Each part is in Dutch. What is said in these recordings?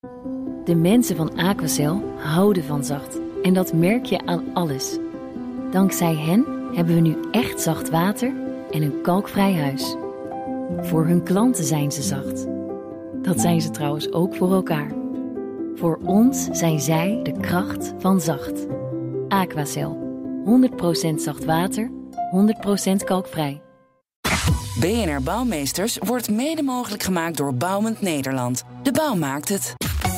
De mensen van Aquacel houden van zacht. En dat merk je aan alles. Dankzij hen hebben we nu echt zacht water en een kalkvrij huis. Voor hun klanten zijn ze zacht. Dat zijn ze trouwens ook voor elkaar. Voor ons zijn zij de kracht van zacht. Aquacel. 100% zacht water, 100% kalkvrij. BNR Bouwmeesters wordt mede mogelijk gemaakt door Bouwend Nederland. De bouw maakt het.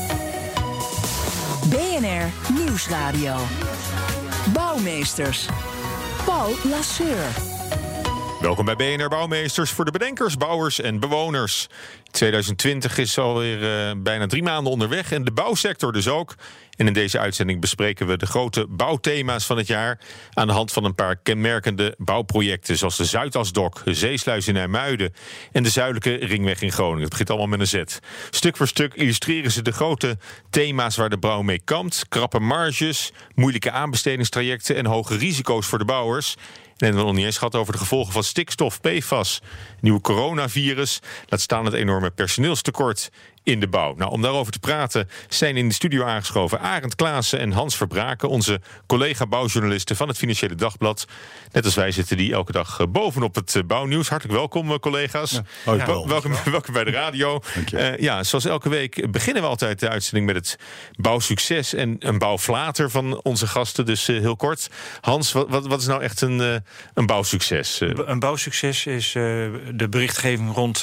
BNR Nieuwsradio. Bouwmeesters. Paul Lasseur. Welkom bij BNR Bouwmeesters voor de bedenkers, bouwers en bewoners. 2020 is alweer bijna 3 maanden onderweg en de bouwsector dus ook. En in deze uitzending bespreken we de grote bouwthema's van het jaar aan de hand van een paar kenmerkende bouwprojecten, zoals de Zuidasdok, de Zeesluis in IJmuiden en de Zuidelijke Ringweg in Groningen. Het begint allemaal met een Z. Stuk voor stuk illustreren ze de grote thema's waar de bouw mee kampt. Krappe marges, moeilijke aanbestedingstrajecten en hoge risico's voor de bouwers. En we hebben het nog niet eens gehad over de gevolgen van stikstof, PFAS, nieuwe coronavirus. Laat staan het enorme personeelstekort in de bouw. Nou, om daarover te praten zijn in de studio aangeschoven Arend Klaassen en Hans Verbraken, onze collega-bouwjournalisten van het Financiële Dagblad. Net als wij zitten die elke dag bovenop het bouwnieuws. Hartelijk welkom, collega's. Ja, welkom bij de radio. Zoals elke week beginnen we altijd de uitzending met het bouwsucces en een bouwflater van onze gasten. Dus heel kort. Hans, wat is nou echt een bouwsucces? Een bouwsucces is de berichtgeving rond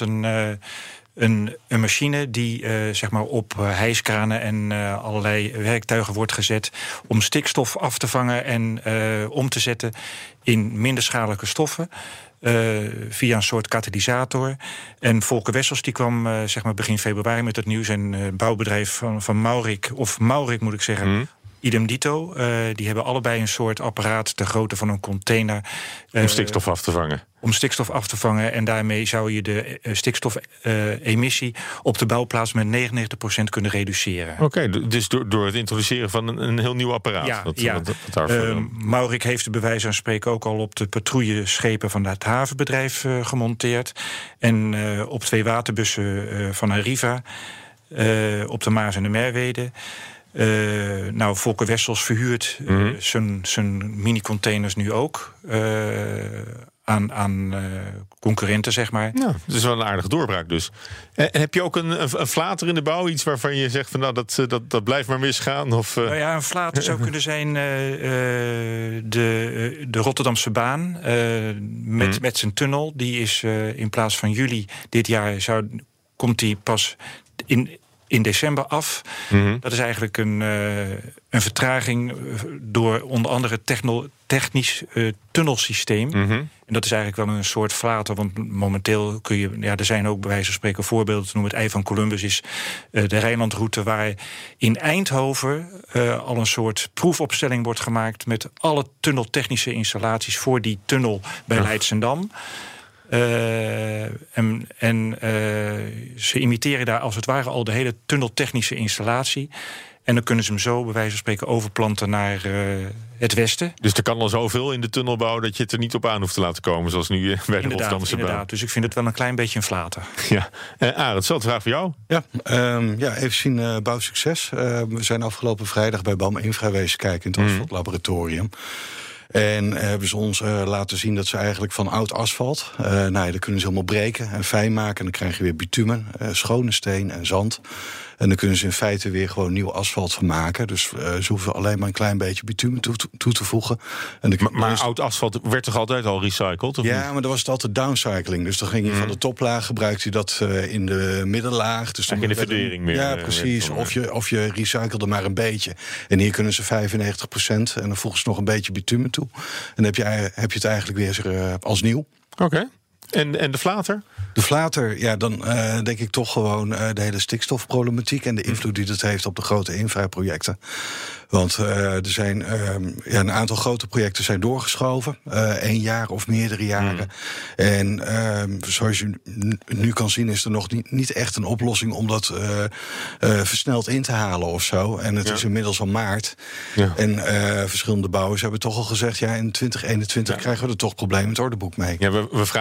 een machine die zeg maar op hijskranen en allerlei werktuigen wordt gezet om stikstof af te vangen en om te zetten in minder schadelijke stoffen. Via een soort katalysator. En Volker Wessels die kwam zeg maar begin februari met het nieuws. En bouwbedrijf van Maurik moet ik zeggen. Idem dito. Die hebben allebei een soort apparaat ter grootte van een container. Om stikstof af te vangen. Om stikstof af te vangen. En daarmee zou je de stikstofemissie op de bouwplaats met 99% kunnen reduceren. Oké, dus door het introduceren van een heel nieuw apparaat. Maurik heeft de bewijs aan spreken ook al op de patrouilleschepen van het havenbedrijf gemonteerd. En op 2 waterbussen van Arriva. Op de Maas en de Merwede. Volker Wessels verhuurt zijn mini-containers nu ook aan concurrenten, zeg maar. Ja, dat is wel een aardige doorbraak dus. En heb je ook een flater in de bouw? Iets waarvan je zegt van dat blijft maar misgaan? Of, een flater zou kunnen zijn de Rotterdamse baan met zijn tunnel. Die is in plaats van juli dit jaar komt die pas in december af. Dat is eigenlijk een vertraging door onder andere technisch tunnelsysteem. En dat is eigenlijk wel een soort flater, want momenteel kun je, er zijn ook bij wijze van spreken voorbeelden te noemen. Het Ei van Columbus is de Rijnlandroute, waar in Eindhoven al een soort proefopstelling wordt gemaakt met alle tunneltechnische installaties voor die tunnel bij Leidschendam. Ze imiteren daar als het ware al de hele tunneltechnische installatie. En dan kunnen ze hem zo bij wijze van spreken overplanten naar het westen. Dus er kan al zoveel in de tunnelbouw dat je het er niet op aan hoeft te laten komen, zoals nu bij de Rotterdamse baan. Inderdaad, dus ik vind het wel een klein beetje een flater. Ja, Arend, hetzelfde vraag voor jou. Even zien bouwsucces. We zijn afgelopen vrijdag bij BAM Infra wezen kijken in het asfaltlaboratorium. En hebben ze ons laten zien dat ze eigenlijk van oud asfalt, dat kunnen ze helemaal breken en fijn maken. En dan krijg je weer bitumen, schone steen en zand. En dan kunnen ze in feite weer gewoon nieuw asfalt van maken. Dus ze hoeven alleen maar een klein beetje bitumen toe te voegen. En maar oud asfalt werd toch altijd al recycled? Of ja, niet? maar dan was het altijd downcycling. Dus dan ging je van de toplaag, gebruikte je dat in de middenlaag. Dus dan in de verdering meer. Ja, precies. Of je recyclede maar een beetje. En hier kunnen ze 95% en dan voegen ze nog een beetje bitumen toe. En dan heb je het eigenlijk weer als nieuw. Oké. En de flater? De flater, dan denk ik toch gewoon de hele stikstofproblematiek en de invloed die dat heeft op de grote infraprojecten. Want er zijn een aantal grote projecten zijn doorgeschoven. 1 jaar of meerdere jaren. En zoals je nu kan zien is er nog niet echt een oplossing om dat versneld in te halen of zo. En het is inmiddels al maart. Ja. En verschillende bouwers hebben toch al gezegd, in 2021 krijgen we er toch problemen met het ordeboek mee. Ja, we vragen elke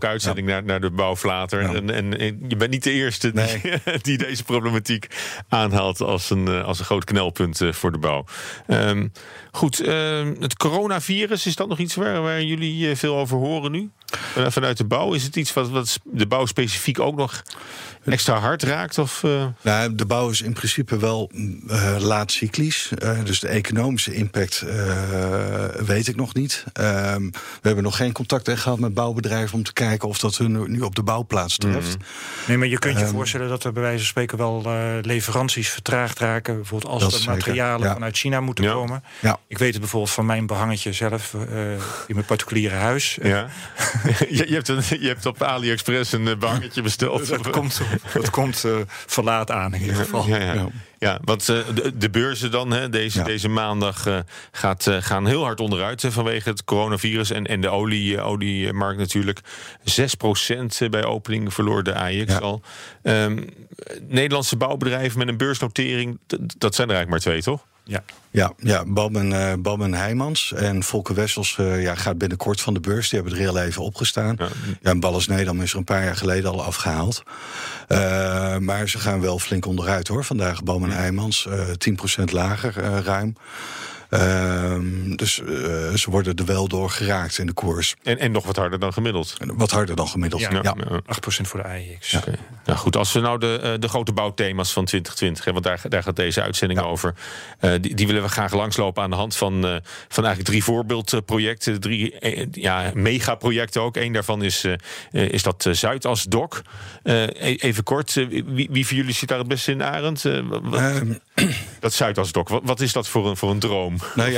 uitzending naar de bouwflater. Ja. En je bent niet de eerste die deze problematiek aanhaalt als een groot knelpunt voor de bouw. Goed, het coronavirus, is dat nog iets waar jullie veel over horen nu? Vanuit de bouw, is het iets wat de bouw specifiek ook nog extra hard raakt? Of? Nou, de bouw is in principe wel laat cyclisch. Dus de economische impact weet ik nog niet. We hebben nog geen contact gehad met bouwbedrijven om te kijken of dat hun nu op de bouwplaats treft. Nee, maar je kunt je voorstellen dat er bij wijze van spreken wel leveranties vertraagd raken. Bijvoorbeeld als er materialen vanuit China moeten komen. Ja. Ik weet het bijvoorbeeld van mijn behangetje zelf in mijn particuliere huis. Ja. je hebt op AliExpress een behangetje besteld. Dat komt verlaat aan in ieder geval. Ja, want de beurzen dan deze maandag gaan heel hard onderuit vanwege het coronavirus. En de oliemarkt natuurlijk. 6% bij opening verloor de AEX al. Nederlandse bouwbedrijven met een beursnotering, dat zijn er eigenlijk maar 2, toch? Ja, Bam en Heijmans. En Volker Wessels gaat binnenkort van de beurs. Die hebben er heel even opgestaan. Ja, en Ballas Nedam is er een paar jaar geleden al afgehaald. Maar ze gaan wel flink onderuit, hoor. Vandaag Bam en Heijmans, 10% lager, ruim. Dus ze worden er wel door geraakt in de koers. En nog wat harder dan gemiddeld. Wat harder dan gemiddeld, ja. 8% voor de AEX. Okay. Nou goed, als we nou de grote bouwthema's van 2020... want daar gaat deze uitzending over... Die willen we graag langslopen aan de hand van eigenlijk 3 voorbeeldprojecten. 3 megaprojecten ook. Eén daarvan is dat Zuidas-Dok. Even kort, wie van jullie zit daar het beste in, Arend? Dat Zuidas-Dok, wat is dat voor een droom?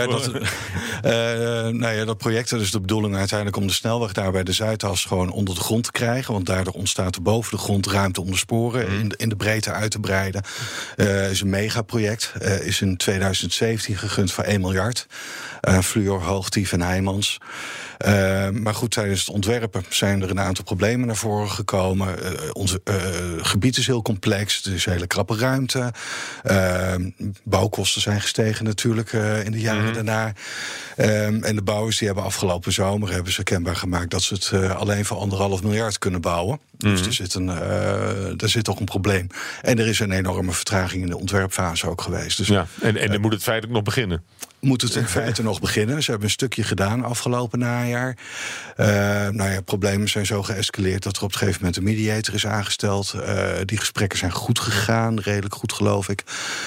Dat project, dat is de bedoeling uiteindelijk om de snelweg daar bij de Zuidas gewoon onder de grond te krijgen. Want daardoor ontstaat er boven de grond ruimte om de sporen in de breedte uit te breiden. Is een megaproject. Is in 2017 gegund voor 1 miljard. Fluor, Hoogtief en Heijmans. Maar goed, tijdens het ontwerpen zijn er een aantal problemen naar voren gekomen. Ons gebied is heel complex, er is hele krappe ruimte. Bouwkosten zijn gestegen natuurlijk in de jaren daarna. En de bouwers die hebben afgelopen zomer kenbaar gemaakt dat ze het alleen voor 1,5 miljard kunnen bouwen. Dus er zit toch een probleem. En er is een enorme vertraging in de ontwerpfase ook geweest. Dus, en dan moet het feitelijk nog beginnen. Moet het in feite nog beginnen. Ze hebben een stukje gedaan afgelopen najaar. Problemen zijn zo geëscaleerd dat er op een gegeven moment een mediator is aangesteld. Die gesprekken zijn goed gegaan, redelijk goed geloof ik.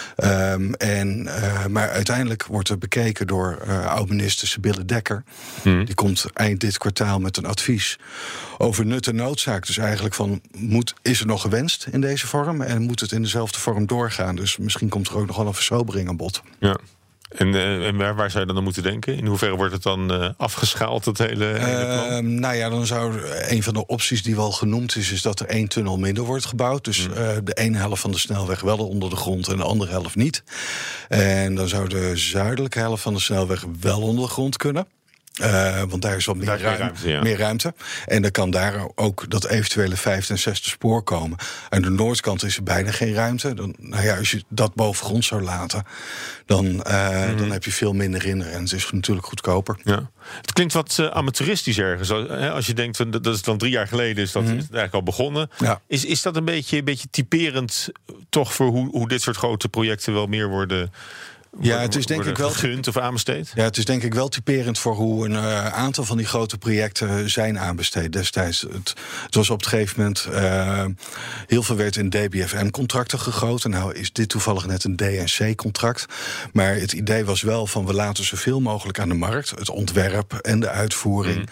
Maar uiteindelijk wordt er bekeken door oud-minister Sibylle Dekker. Die komt eind dit kwartaal met een advies over nut en noodzaak. Dus eigenlijk is er nog gewenst in deze vorm en moet het in dezelfde vorm doorgaan. Dus misschien komt er ook nog wel een versobering aan bod. Ja. En waar zou je dan aan moeten denken? In hoeverre wordt het dan afgeschaald, het hele plan? Dan zou een van de opties die wel genoemd is dat er 1 tunnel minder wordt gebouwd. Dus de ene helft van de snelweg wel onder de grond en de andere helft niet. En dan zou de zuidelijke helft van de snelweg wel onder de grond kunnen. Want daar is wat meer ruimte. En dan kan daar ook dat eventuele 5e en 6e spoor komen. Aan de noordkant is er bijna geen ruimte. Als je dat bovengrond zou laten, dan heb je veel minder hinderen. En het is natuurlijk goedkoper. Ja. Het klinkt wat amateuristisch ergens. Als je denkt, dat is dan 3 jaar geleden, is dat eigenlijk al begonnen. Ja. Is dat een beetje typerend toch voor hoe dit soort grote projecten wel meer worden... Ja, het is denk ik wel gegund of aanbesteed. Ja, het is denk ik wel typerend voor hoe een aantal van die grote projecten zijn aanbesteed destijds. Het was op het gegeven moment heel veel werd in DBFM-contracten gegoten. Nou is dit toevallig net een DNC-contract. Maar het idee was wel van we laten zoveel mogelijk aan de markt. Het ontwerp en de uitvoering.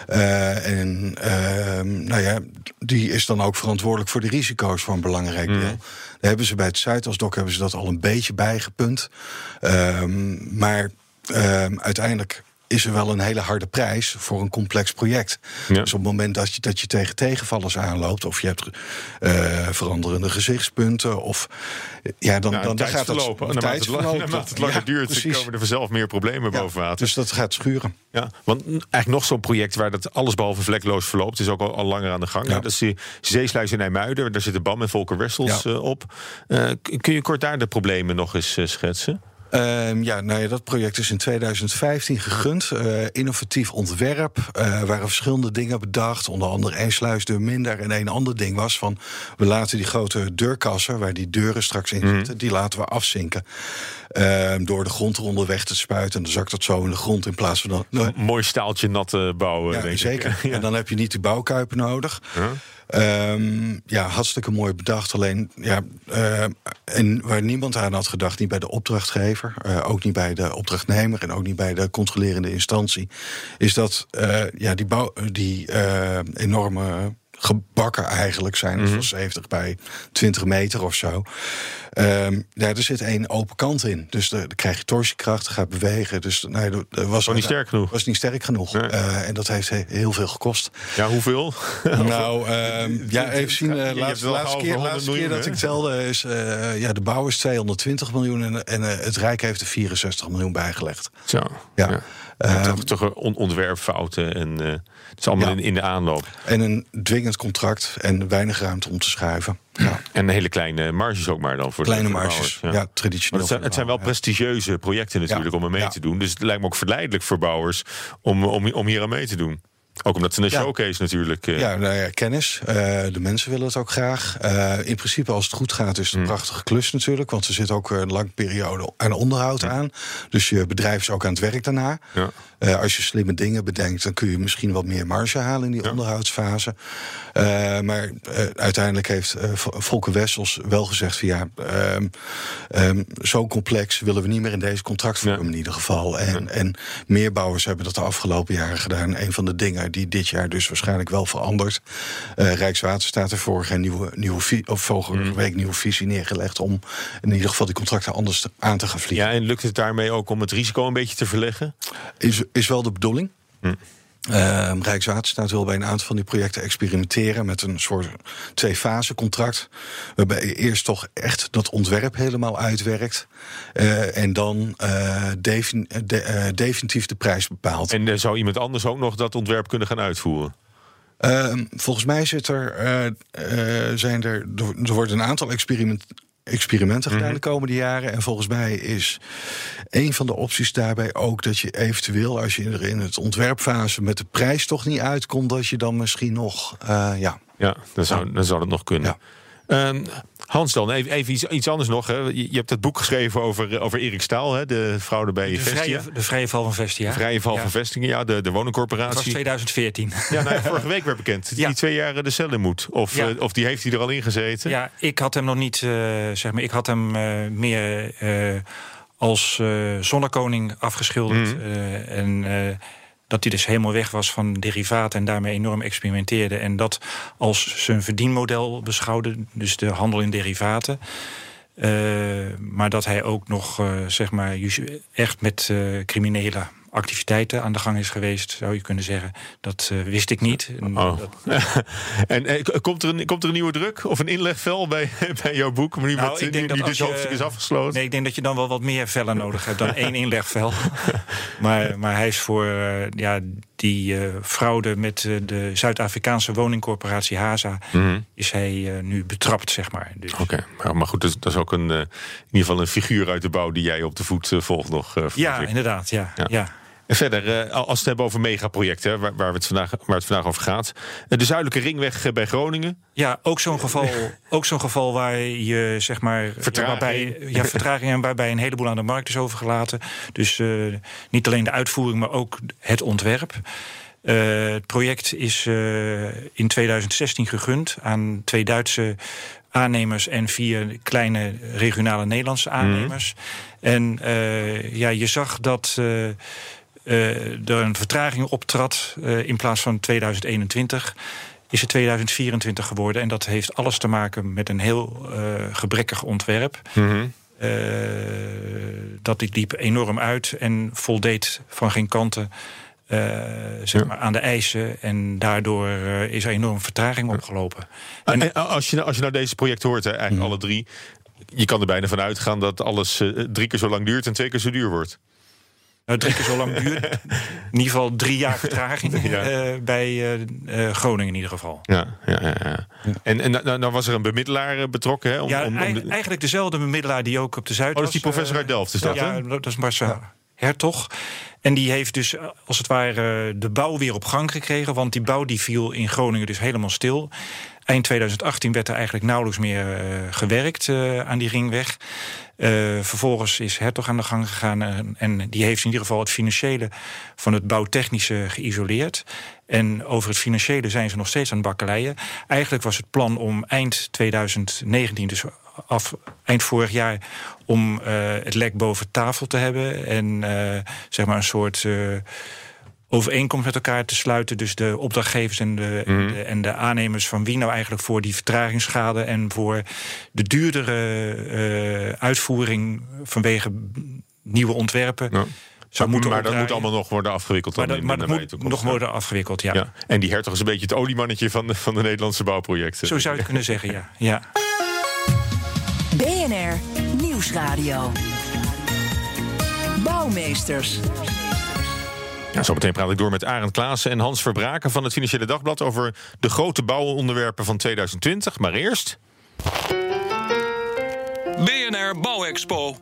Die is dan ook verantwoordelijk voor de risico's voor een belangrijk deel. Daar hebben ze bij het Zuidasdok dat al een beetje bijgepunt. Maar uiteindelijk is er wel een hele harde prijs voor een complex project. Ja. Dus op het moment dat je tegen tegenvallers aanloopt, of je hebt veranderende gezichtspunten, of dan gaat het lopen. Naarmate het langer duurt, komen er vanzelf meer problemen boven water. Dus dat gaat schuren. Ja, want eigenlijk nog zo'n project waar dat alles behalve vlekloos verloopt, is ook al langer aan de gang. Ja. Dat is die Zeesluis in IJmuiden, daar zitten Bam en Volker Wessels op. Kun je kort daar de problemen nog eens schetsen? Dat project is in 2015 gegund. Innovatief ontwerp. Waren verschillende dingen bedacht. Onder andere 1 sluisdeur minder. En een ander ding was van... we laten die grote deurkassen, waar die deuren straks in zitten... die laten we afzinken. Door de grond eronder weg te spuiten. En dan zakt dat zo in de grond in plaats van... Een mooi staaltje nat bouwen, ja, denk zeker. ik. Ja. En dan heb je niet de bouwkuipen nodig. Hartstikke mooi bedacht. Alleen, en waar niemand aan had gedacht... niet bij de opdrachtgever, ook niet bij de opdrachtnemer... en ook niet bij de controlerende instantie... is dat die enorme gebakken eigenlijk zijn... van 70 bij 20 meter of zo... er zit 1 open kant in. Dus dan krijg je torsionkracht, gaat bewegen. Dus dat was niet sterk genoeg. Was niet sterk genoeg. Nee. En dat heeft heel veel gekost. Ja, hoeveel? Even zien. De laatste keer dat ik telde is... de bouw is 220 miljoen en het Rijk heeft er 64 miljoen bijgelegd. Zo, ja. Toch ontwerpfouten en het is allemaal in de aanloop. En een dwingend contract en weinig ruimte om te schuiven. Ja. En hele kleine marges ook maar dan voor kleine de marges, bouwers. Traditioneel. Het zijn wel prestigieuze projecten natuurlijk om er mee te doen. Dus het lijkt me ook verleidelijk voor bouwers om hier aan mee te doen. Ook omdat ze een showcase natuurlijk... kennis. De mensen willen het ook graag. In principe, als het goed gaat, is het een prachtige klus natuurlijk. Want er zit ook een lange periode aan onderhoud aan. Dus je bedrijf is ook aan het werk daarna. Ja. Als je slimme dingen bedenkt... dan kun je misschien wat meer marge halen in die onderhoudsfase. Maar uiteindelijk heeft Volker Wessels wel gezegd... zo complex willen we niet meer in deze contractvorm in ieder geval. En meer bouwers hebben dat de afgelopen jaren gedaan. Een van de dingen die dit jaar dus waarschijnlijk wel verandert. Rijkswaterstaat heeft vorige week nieuwe visie neergelegd... om in ieder geval die contracten anders aan te gaan vliegen. Ja, en lukt het daarmee ook om het risico een beetje te verleggen? Is wel de bedoeling. Rijkswaterstaat wil bij een aantal van die projecten experimenteren... met een soort 2-fase contract. Waarbij je eerst toch echt dat ontwerp helemaal uitwerkt... en dan definitief de prijs bepaalt. En zou iemand anders ook nog dat ontwerp kunnen gaan uitvoeren? Volgens mij er wordt een aantal experimenten gedaan de komende jaren. En volgens mij is een van de opties daarbij ook... dat je eventueel, als je er in het ontwerpfase... met de prijs toch niet uitkomt... dat je dan misschien nog... Ja, dan zou het nog kunnen. Ja. Hans dan, even iets anders nog. Hè. Je hebt het boek geschreven over Erik Staal, hè, de fraude bij Vestia. De vrije val van Vestia. De vrije val van Vestia, de woningcorporatie. Dat was 2014. Ja, vorige week werd bekend dat hij 2 jaar de cel in moet. Of die heeft hij er al in gezeten. Ja, ik had hem nog niet, ik had hem meer als zonnekoning afgeschilderd. Dat hij dus helemaal weg was van derivaten en daarmee enorm experimenteerde. En dat als zijn verdienmodel beschouwde, dus de handel in derivaten. Maar dat hij ook nog, echt met criminele activiteiten aan de gang is geweest, zou je kunnen zeggen. Dat wist ik niet. En komt er een nieuwe druk of een inlegvel bij jouw boek? Nu dit hoofdstuk is afgesloten. Nee, ik denk dat je dan wel wat meer vellen nodig hebt dan 1 inlegvel. maar hij is voor die fraude met de Zuid-Afrikaanse woningcorporatie HASA... is hij nu betrapt, zeg maar. Dus. Oké, maar goed, dat is ook in ieder geval een figuur uit de bouw die jij op de voet volgt nog. Inderdaad, ja. En verder, als we het hebben over megaprojecten, waar het vandaag over gaat. De Zuidelijke Ringweg bij Groningen. Ja, ook zo'n geval waar je vertraging en waarbij een heleboel aan de markt is overgelaten. Dus niet alleen de uitvoering, maar ook het ontwerp. Het project is in 2016 gegund aan 2 Duitse aannemers en 4 kleine regionale Nederlandse aannemers. En je zag dat er een vertraging optrad. In plaats van 2021 is het 2024 geworden. En dat heeft alles te maken met een heel gebrekkig ontwerp. Dat liep enorm uit en voldeed van geen kanten aan de eisen. En daardoor is er enorm vertraging opgelopen. En als je nou deze projecten hoort, eigenlijk alle 3... je kan er bijna van uitgaan dat alles 3 keer zo lang duurt en 2 keer zo duur wordt. 3 keer zo lang duurt. In ieder geval 3 jaar vertraging bij Groningen in ieder geval. Ja. En nou was er een bemiddelaar betrokken, hè? Eigenlijk dezelfde bemiddelaar die ook op de Zuidas... dat is die professor uit Delft, is dat, hè? Ja, dat is Marcel Hertog. En die heeft dus, als het ware, de bouw weer op gang gekregen. Want die bouw die viel in Groningen dus helemaal stil. Eind 2018 werd er eigenlijk nauwelijks meer gewerkt aan die ringweg. Vervolgens is Hertog aan de gang gegaan. En die heeft in ieder geval het financiële van het bouwtechnische geïsoleerd. En over het financiële zijn ze nog steeds aan het bakkeleien. Eigenlijk was het plan om eind 2019, dus eind vorig jaar, om het lek boven tafel te hebben. En zeg maar een soort overeenkomst met elkaar te sluiten. Dus de opdrachtgevers en de aannemers van wie nou eigenlijk voor die vertragingsschade en voor de duurdere uitvoering vanwege nieuwe ontwerpen. Ja. Maar dat moet allemaal nog worden afgewikkeld. Maar dat moet nog worden afgewikkeld, ja. En die Hertog is een beetje het oliemannetje van de Nederlandse bouwprojecten. Zo zou je het kunnen zeggen, ja. BNR Nieuwsradio. Bouwmeesters. Ja, zometeen praat ik door met Arend Klaassen en Hans Verbraken van het Financiële Dagblad over de grote bouwonderwerpen van 2020. Maar eerst... BNR Bouwexpo.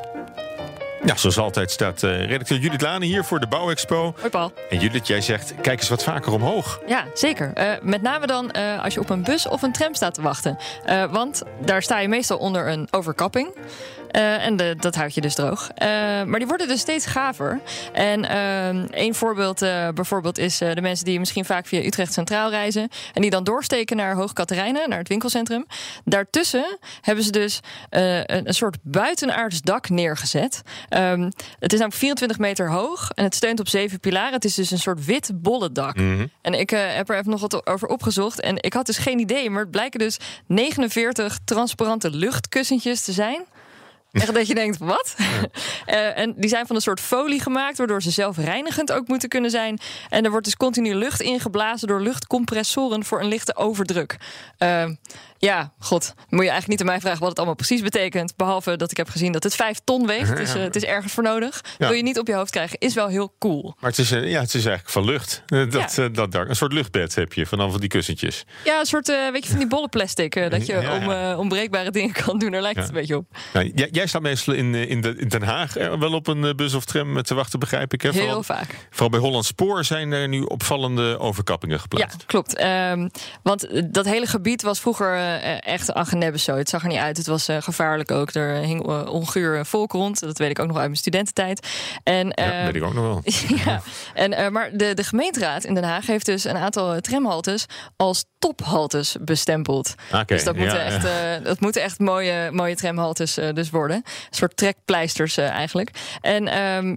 Ja, zoals altijd staat redacteur Judith Lane hier voor de Bouwexpo. Hoi Paul. En Judith, jij zegt, kijk eens wat vaker omhoog. Ja, zeker. Met name dan als je op een bus of een tram staat te wachten. Want daar sta je meestal onder een overkapping. En dat houdt je dus droog. Maar die worden dus steeds gaver. En één voorbeeld bijvoorbeeld is de mensen die misschien vaak via Utrecht Centraal reizen. En die dan doorsteken naar Hoog Catharijne, naar het winkelcentrum. Daartussen hebben ze dus een soort buitenaards dak neergezet. Het is namelijk 24 meter hoog en het steunt op 7 pilaren. Het is dus een soort wit bolle dak. Mm-hmm. En ik heb er even nog wat over opgezocht. En ik had dus geen idee, maar het blijken dus 49 transparante luchtkussentjes te zijn. Echt dat je denkt, wat? Ja. En die zijn van een soort folie gemaakt, waardoor ze zelfreinigend ook moeten kunnen zijn. En er wordt dus continu lucht ingeblazen door luchtcompressoren voor een lichte overdruk. Ja, god, moet je eigenlijk niet aan mij vragen wat het allemaal precies betekent. Behalve dat ik heb gezien dat het 5 ton weegt. Dus het is ergens voor nodig. Ja. Wil je niet op je hoofd krijgen, is wel heel cool. Maar het is eigenlijk van lucht. Dat dak. Een soort luchtbed heb je van die kussentjes. Ja, een soort weet je, van die bolle plastic. Dat je onbreekbare dingen kan doen. Daar lijkt het een beetje op. Nou, jij staat meestal in Den Haag wel op een bus of tram te wachten, begrijp ik. Hè? Heel vaak. Vooral bij Holland Spoor zijn er nu opvallende overkappingen geplaatst. Ja, klopt. Want dat hele gebied was vroeger echt Aggenebbe zo. Het zag er niet uit. Het was gevaarlijk ook. Er hing onguur volk rond. Dat weet ik ook nog uit mijn studententijd. Weet ik ook nog wel. Ja. Maar de gemeenteraad in Den Haag heeft dus een aantal tramhaltes als tophaltes bestempeld. Okay, dus dat moeten echt mooie tramhaltes dus worden. Een soort trekpleisters eigenlijk. En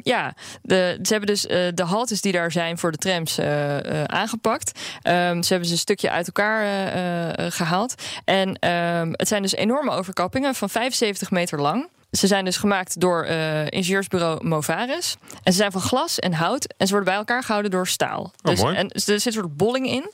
ze hebben dus de haltes die daar zijn voor de trams aangepakt. Ze hebben ze een stukje uit elkaar gehaald. En het zijn dus enorme overkappingen van 75 meter lang. Ze zijn dus gemaakt door ingenieursbureau Movares. En ze zijn van glas en hout. En ze worden bij elkaar gehouden door staal. Mooi. En er zit een soort bolling in.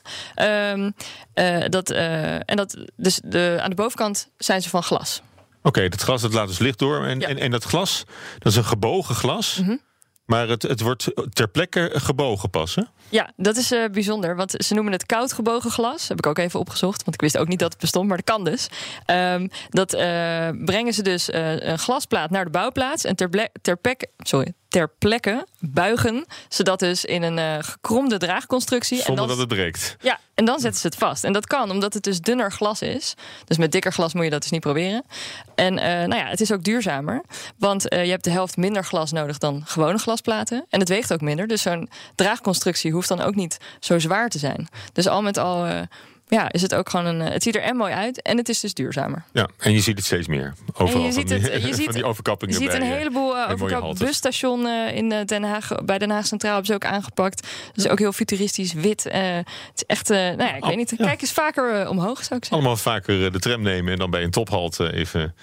Dus aan de bovenkant zijn ze van glas. Oké, dat glas dat laat dus licht door. En dat glas, dat is een gebogen glas. Mm-hmm. Maar het wordt ter plekke gebogen pas, hè? Ja, dat is bijzonder, want ze noemen het koud gebogen glas. Heb ik ook even opgezocht, want ik wist ook niet dat het bestond, maar dat kan dus. Brengen ze dus een glasplaat naar de bouwplaats en ter plekke buigen ze dat dus in een gekromde draagconstructie. Zonder dat het breekt. Ja, en dan zetten ze het vast. En dat kan, omdat het dus dunner glas is. Dus met dikker glas moet je dat dus niet proberen. En het is ook duurzamer. Want je hebt de helft minder glas nodig dan gewone glasplaten. En het weegt ook minder. Dus zo'n draagconstructie hoeft dan ook niet zo zwaar te zijn. Dus al met al is het ook gewoon het ziet er mooi uit en het is dus duurzamer. Ja, en je ziet het steeds meer. Overal van die overkappingen. Je ziet een heleboel busstation in Den Haag, bij Den Haag Centraal hebben ze ook aangepakt. Dus ook heel futuristisch wit. Het is echt, ik weet niet. Kijk eens vaker omhoog, zou ik zeggen. Allemaal vaker de tram nemen en dan bij een tophalte even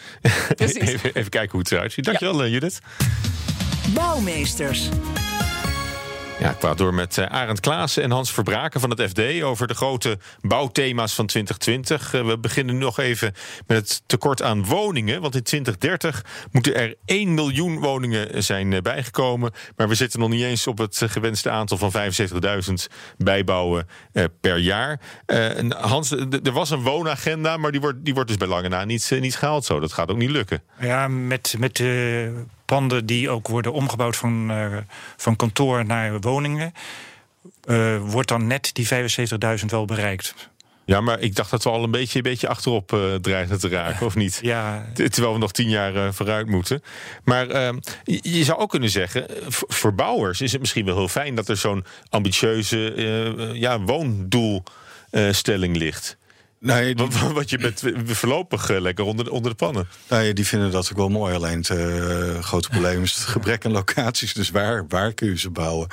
kijken hoe het eruit ziet. Dankjewel, Judith. Bouwmeesters. Ja, ik praat door met Arend Klaassen en Hans Verbraken van het FD over de grote bouwthema's van 2020. We beginnen nog even met het tekort aan woningen. Want in 2030 moeten er 1 miljoen woningen zijn bijgekomen. Maar we zitten nog niet eens op het gewenste aantal van 75.000 bijbouwen per jaar. Hans, er was een woonagenda, maar die wordt dus bij lange na niet gehaald zo. Dat gaat ook niet lukken. Ja, met panden die ook worden omgebouwd van kantoor naar woningen, wordt dan net die 75.000 wel bereikt. Ja, maar ik dacht dat we al een beetje achterop dreigen te raken, of niet? Ja. Terwijl we nog 10 jaar vooruit moeten. Maar je zou ook kunnen zeggen, voor bouwers is het misschien wel heel fijn dat er zo'n ambitieuze woondoelstelling ligt. Nee, Want je bent voorlopig lekker onder de pannen. Nee, die vinden dat ook wel mooi. Alleen het grote probleem is het gebrek aan locaties. Dus waar kun je ze bouwen?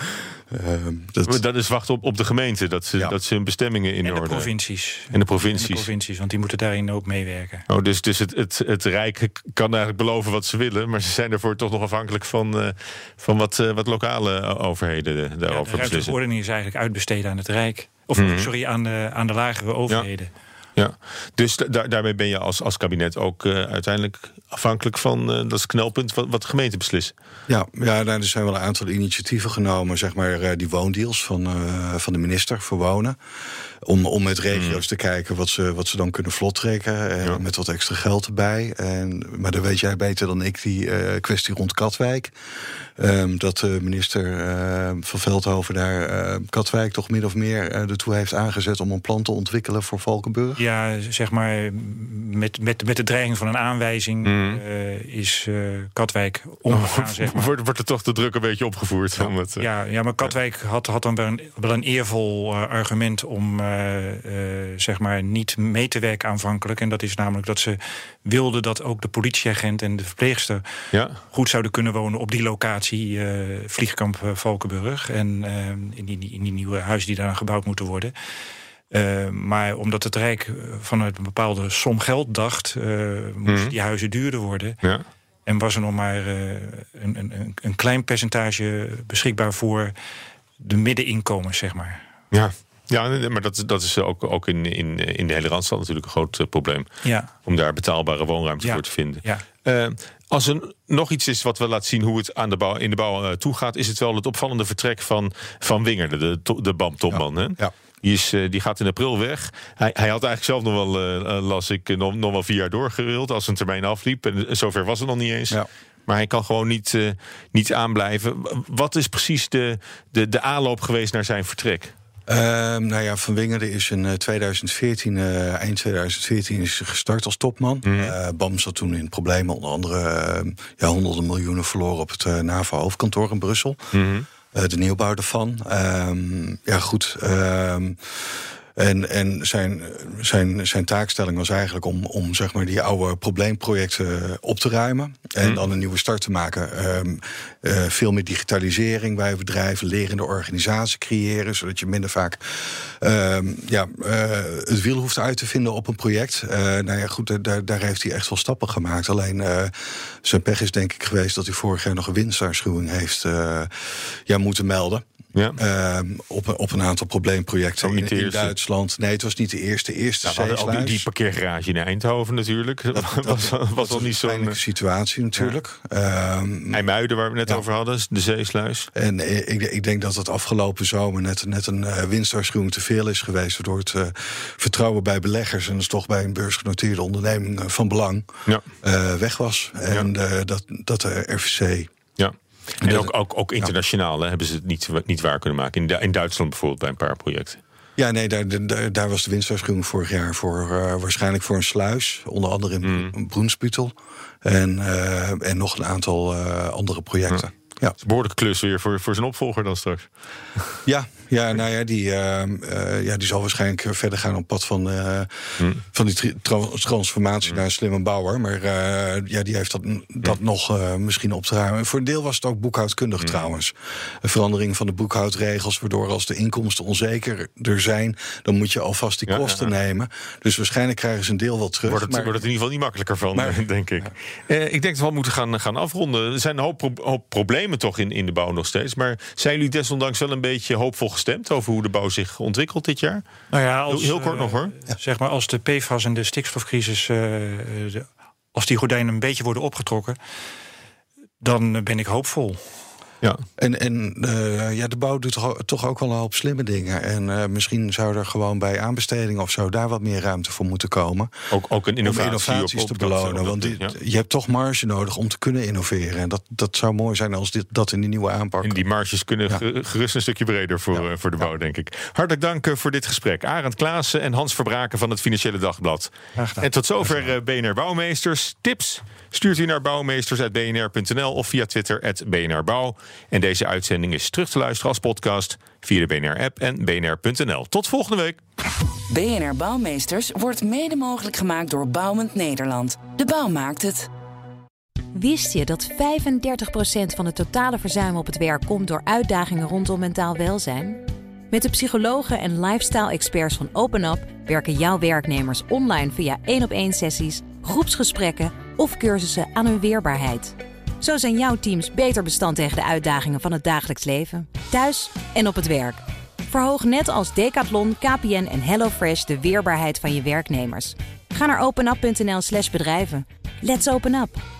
Dat is wachten op de gemeente. Dat ze hun bestemmingen in orde hebben. En de provincies. Want die moeten daarin ook meewerken. Oh, dus het Rijk kan eigenlijk beloven wat ze willen. Maar ze zijn ervoor toch nog afhankelijk van wat lokale overheden daarover beslissen. De ruimteordening is eigenlijk uitbesteden aan het Rijk. Of aan de lagere overheden. Ja, dus daarmee ben je als kabinet ook uiteindelijk afhankelijk van dat is knelpunt wat de gemeente beslist. Ja, er zijn wel een aantal initiatieven genomen, zeg maar die woondeals van de minister voor wonen. Om met regio's te kijken wat ze dan kunnen vlottrekken. Met wat extra geld erbij. Maar dan weet jij beter dan ik die kwestie rond Katwijk. Dat de minister van Veldhoven daar Katwijk toch min of meer ertoe heeft aangezet om een plan te ontwikkelen voor Valkenburg. Ja, zeg maar met de dreiging van een aanwijzing is Katwijk omgegaan. Zeg maar. Wordt er toch de druk een beetje opgevoerd? Ja, maar Katwijk had dan wel een eervol argument om zeg maar niet mee te werken aanvankelijk. En dat is namelijk dat ze wilden dat ook de politieagent en de verpleegster goed zouden kunnen wonen op die locatie, vliegkamp Valkenburg. En in die nieuwe huizen die daar gebouwd moeten worden. Maar omdat het Rijk vanuit een bepaalde som geld dacht, moesten die huizen duurder worden. Ja. En was er nog maar een klein percentage beschikbaar voor de middeninkomens, zeg maar. Ja, maar dat is ook in de hele Randstad natuurlijk een groot probleem. Ja. Om daar betaalbare woonruimte voor te vinden. Ja. Als er nog iets is wat we laten zien hoe het in de bouw toegaat, is het wel het opvallende vertrek van Wingerde, de BAM-topman. Ja. Hè? Ja. Die gaat in april weg. Hij had eigenlijk zelf nog wel, las ik, nog wel 4 jaar doorgerild als zijn termijn afliep. En zover was het nog niet eens. Ja. Maar hij kan gewoon niet aanblijven. Wat is precies de aanloop geweest naar zijn vertrek? Van Wingerde is in 2014, eind 2014 is gestart als topman. BAM zat toen in problemen, onder andere honderden miljoenen verloren op het NAVO-hoofdkantoor in Brussel. De nieuwbouw daarvan. En zijn taakstelling was eigenlijk om zeg maar die oude probleemprojecten op te ruimen. En dan een nieuwe start te maken. Veel meer digitalisering bij bedrijven, lerende organisatie creëren, zodat je minder vaak het wiel hoeft uit te vinden op een project. Daar heeft hij echt wel stappen gemaakt. Alleen zijn pech is denk ik geweest dat hij vorig jaar nog een winstwaarschuwing heeft moeten melden. Ja. Op een aantal probleemprojecten in Duitsland. Nee, het was niet de eerste zeesluis. Die parkeergarage in Eindhoven natuurlijk. Dat was al niet zo'n situatie natuurlijk. IJmuiden, waar we net over hadden, de zeesluis. En ik denk dat het afgelopen zomer net een winstwaarschuwing te veel is geweest, waardoor het vertrouwen bij beleggers, en dat is toch bij een beursgenoteerde onderneming van belang, weg was. En dat de RVC... Ja. En ook internationaal hebben ze het niet waar kunnen maken. In Duitsland bijvoorbeeld bij een paar projecten. Ja, nee, daar was de winstwaarschuwing vorig jaar waarschijnlijk voor een sluis. Onder andere in Broensbüttel. En nog een aantal andere projecten. Ja. Het is een behoorlijke klus weer voor zijn opvolger dan straks. Die zal waarschijnlijk verder gaan op pad van die transformatie naar een slimme bouwer. Maar die heeft dat nog misschien op te ruimen. En voor een deel was het ook boekhoudkundig trouwens. Een verandering van de boekhoudregels, waardoor als de inkomsten onzekerder zijn, dan moet je alvast die kosten nemen. Dus waarschijnlijk krijgen ze een deel wel terug. Wordt het in ieder geval niet makkelijker van, denk ik. Ik denk dat we moeten gaan afronden. Er zijn een hoop problemen problemen toch in de bouw nog steeds. Maar zijn jullie desondanks wel een beetje hoopvol gestemd over hoe de bouw zich ontwikkelt dit jaar? Nou ja, heel kort nog hoor. Zeg maar, als de PFAS en de stikstofcrisis, als die gordijnen een beetje worden opgetrokken, dan ben ik hoopvol. Ja. En de bouw doet toch ook wel een hoop slimme dingen. En misschien zou er gewoon bij aanbesteding of zo daar wat meer ruimte voor moeten komen. Ook een innovatie om innovaties te belonen. Want je hebt toch marge nodig om te kunnen innoveren. En dat zou mooi zijn als dat in die nieuwe aanpak. En die marges kunnen gerust een stukje breder voor de bouw, denk ik. Hartelijk dank voor dit gesprek. Arend Klaassen en Hans Verbraken van het Financiële Dagblad. En tot zover BNR Bouwmeesters. Tips stuurt u naar bouwmeesters@bnr.nl of via Twitter @BNRBouw. En deze uitzending is terug te luisteren als podcast via de BNR-app en bnr.nl. Tot volgende week. BNR Bouwmeesters wordt mede mogelijk gemaakt door Bouwend Nederland. De bouw maakt het. Wist je dat 35% van het totale verzuim op het werk komt door uitdagingen rondom mentaal welzijn? Met de psychologen en lifestyle-experts van OpenUp werken jouw werknemers online via 1-op-1 sessies, groepsgesprekken of cursussen aan hun weerbaarheid. Zo zijn jouw teams beter bestand tegen de uitdagingen van het dagelijks leven, thuis en op het werk. Verhoog net als Decathlon, KPN en HelloFresh de weerbaarheid van je werknemers. Ga naar openup.nl/bedrijven. Let's open up!